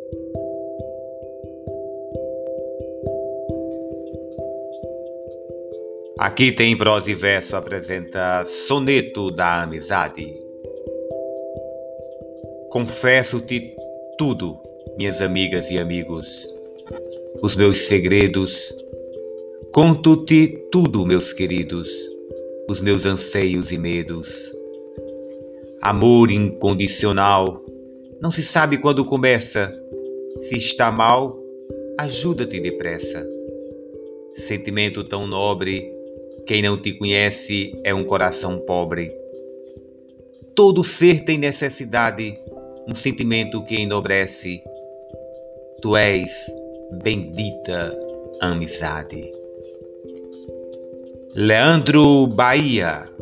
Aqui tem prosa e verso apresenta Soneto da Amizade. Confesso-te tudo, minhas amigas e amigos, os meus segredos. Conto-te tudo, meus queridos, os meus anseios e medos. Amor incondicional, não se sabe quando começa. Se está mal, ajuda-te depressa. Sentimento tão nobre, quem não te conhece é um coração pobre. Todo ser tem necessidade, um sentimento que enobrece. Tu és bendita amizade. Leandro Bahia.